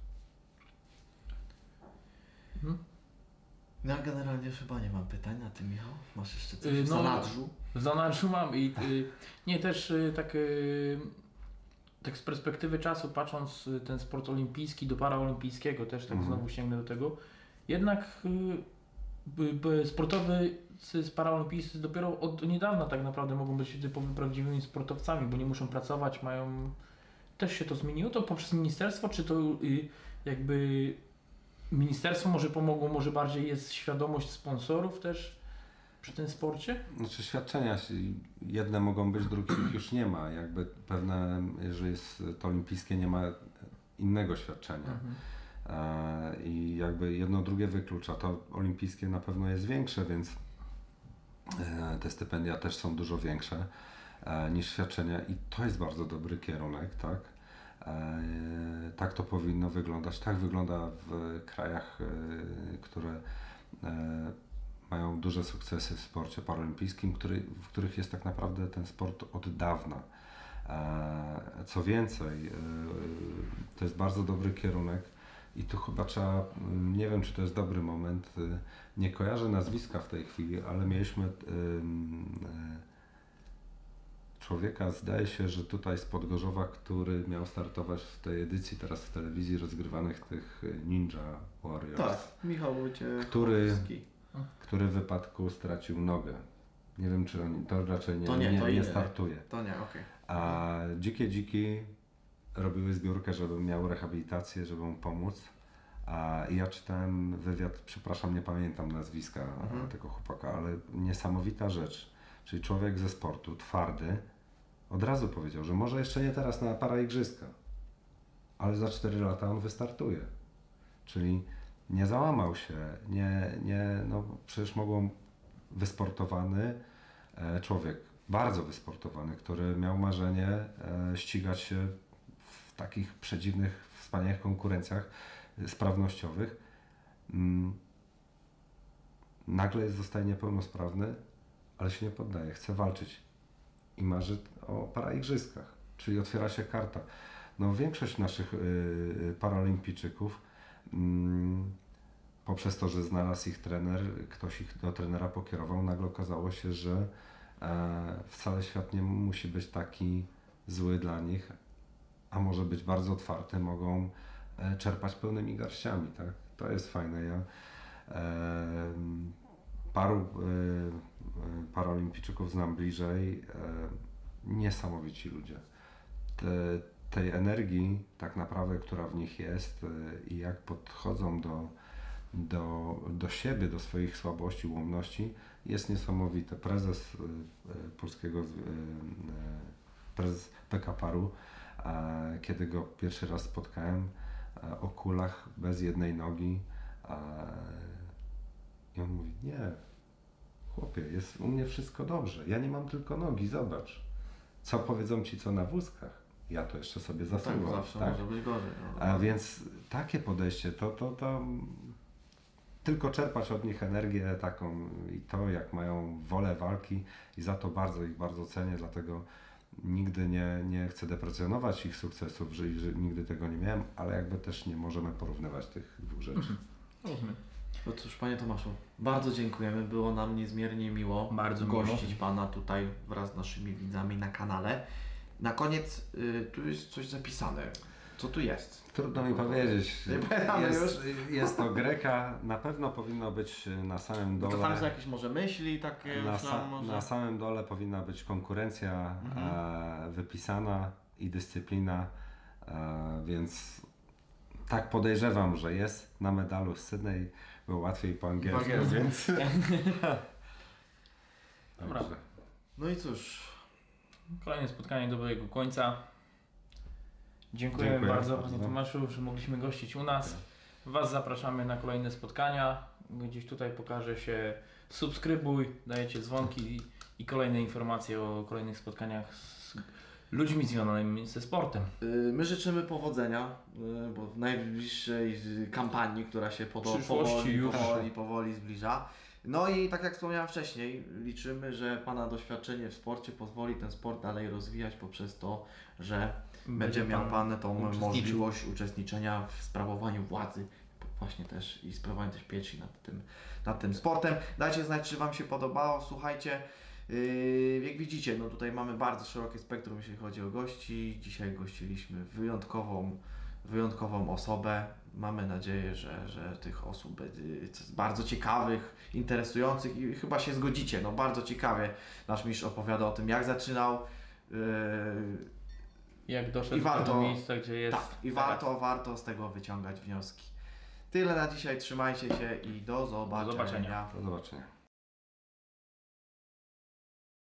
Mhm. Ja generalnie chyba nie mam pytań na tym, Michał. Masz jeszcze coś Y, w no, zanadrzu? W zanadrzu mam i y, nie też y, tak, y, tak z perspektywy czasu patrząc y, ten sport olimpijski do paraolimpijskiego też tak Mhm. znowu sięgnę do tego, jednak y, y, y, sportowy z paraolimpijscy dopiero od niedawna tak naprawdę mogą być typowymi prawdziwymi sportowcami, bo nie muszą pracować, mają, też się to zmieniło, to poprzez ministerstwo, czy to y, jakby ministerstwo może pomogło, może bardziej jest świadomość sponsorów też przy tym sporcie? Znaczy świadczenia się- jedne mogą być, drugich już nie ma. Jakby pewne, jeżeli jest to olimpijskie, nie ma innego świadczenia. Mhm. E, I jakby jedno drugie wyklucza. To olimpijskie na pewno jest większe, więc e, te stypendia też są dużo większe e, niż świadczenia i to jest bardzo dobry kierunek, tak? E, tak to powinno wyglądać. Tak wygląda w krajach, e, które e, mają duże sukcesy w sporcie paraolimpijskim, który, w których jest tak naprawdę ten sport od dawna. E, co więcej, e, to jest bardzo dobry kierunek i tu chyba trzeba, nie wiem czy to jest dobry moment, e, nie kojarzę nazwiska w tej chwili, ale mieliśmy e, e, człowieka, zdaje się, że tutaj z Podgorzowa, który miał startować w tej edycji teraz w telewizji rozgrywanych tych Ninja Warriors. Tak, Michał Wojciechowski. Który, który w wypadku stracił nogę. Nie wiem, czy on, to raczej nie, To nie, nie, to nie inny. startuje. To nie, okej. A Dzikie Dziki robiły zbiórkę, żeby miał rehabilitację, żeby mu pomóc. A ja czytałem wywiad, przepraszam, nie pamiętam nazwiska Mhm. tego chłopaka, ale niesamowita rzecz. Czyli człowiek ze sportu, twardy, od razu powiedział, że może jeszcze nie teraz na paraigrzyska, ale za cztery lata on wystartuje. Czyli nie załamał się, nie, nie, no przecież mogą wysportowany e, człowiek, bardzo wysportowany, który miał marzenie e, ścigać się w takich przedziwnych, wspaniałych konkurencjach e, sprawnościowych. Mm, nagle zostaje niepełnosprawny, ale się nie poddaje, chce walczyć i marzy o paraigrzyskach, czyli otwiera się karta. No, większość naszych y, paraolimpijczyków y, poprzez to, że znalazł ich trener, ktoś ich do trenera pokierował, nagle okazało się, że e, wcale świat nie musi być taki zły dla nich, a może być bardzo otwarty, mogą e, czerpać pełnymi garściami, tak? To jest fajne. Ja, e, paru e, paraolimpijczyków znam bliżej, e, niesamowici ludzie. Te, tej energii tak naprawdę, która w nich jest e, i jak podchodzą do, do, do siebie, do swoich słabości, ułomności, jest niesamowite. Prezes e, e, polskiego, e, prezes P K Paru, e, kiedy go pierwszy raz spotkałem, e, o kulach, bez jednej nogi, e, i on mówi, nie, chłopie, jest u mnie wszystko dobrze, ja nie mam tylko nogi, zobacz. Co powiedzą ci co na wózkach? Ja to jeszcze sobie Tak, zasuwam. zawsze Tak? może być gorzej. No. A więc takie podejście, to, to, to tylko czerpać od nich energię taką i to, jak mają wolę walki i za to bardzo ich bardzo cenię, dlatego nigdy nie, nie chcę deprecjonować ich sukcesów, że, że nigdy tego nie miałem, ale jakby też nie możemy porównywać tych dwóch rzeczy. Rozumiem. No cóż, Panie Tomaszu, bardzo dziękujemy. Było nam niezmiernie miło Bardzo gościć Pana tutaj wraz z naszymi widzami na kanale. Na koniec, y, tu jest coś zapisane. Co tu jest? Trudno mi powiedzieć. Nie pamiętamy Jest, jest to Greka, na pewno powinno być na samym dole. Czasami są jakieś może myśli takie Na, już sa- nam może... na samym dole powinna być konkurencja Mhm. e, wypisana i dyscyplina, e, więc tak podejrzewam, że jest na medalu z Sydney, było łatwiej po angielsku, Po angielsku. więc... Dobra. Dobrze. No i cóż, Kolejne spotkanie dobiegło końca. Dziękujemy Dziękuję bardzo, bardzo. Panie Tomaszu, że mogliśmy gościć u nas. Was zapraszamy na kolejne spotkania. Gdzieś tutaj pokaże się subskrybuj, dajecie dzwonki i, i kolejne informacje o kolejnych spotkaniach z ludźmi związanymi ze sportem. y, my życzymy powodzenia, y, bo w najbliższej y, kampanii, która się podo- Przyszłości powoli, już. powoli, powoli zbliża. No i tak jak wspomniałem wcześniej, liczymy, że Pana doświadczenie w sporcie pozwoli ten sport dalej rozwijać poprzez to, że będzie miał Pan tą uczestniczył. możliwość uczestniczenia w sprawowaniu władzy, właśnie też i sprawowaniu też pieczy nad tym, nad tym sportem. Dajcie znać, czy Wam się podobało. Słuchajcie, yy, jak widzicie, no tutaj mamy bardzo szerokie spektrum, jeśli chodzi o gości. Dzisiaj gościliśmy wyjątkową, wyjątkową osobę. Mamy nadzieję, że, że tych osób będzie bardzo ciekawych, interesujących i chyba się zgodzicie. No bardzo ciekawie nasz mistrz opowiada o tym, jak zaczynał. Yy, Jak doszedł I warto- do miejsca, gdzie jest. tak, i warto, warto z tego wyciągać wnioski. Tyle na dzisiaj, trzymajcie się i do zobaczenia. zobaczenia. Do zobaczenia.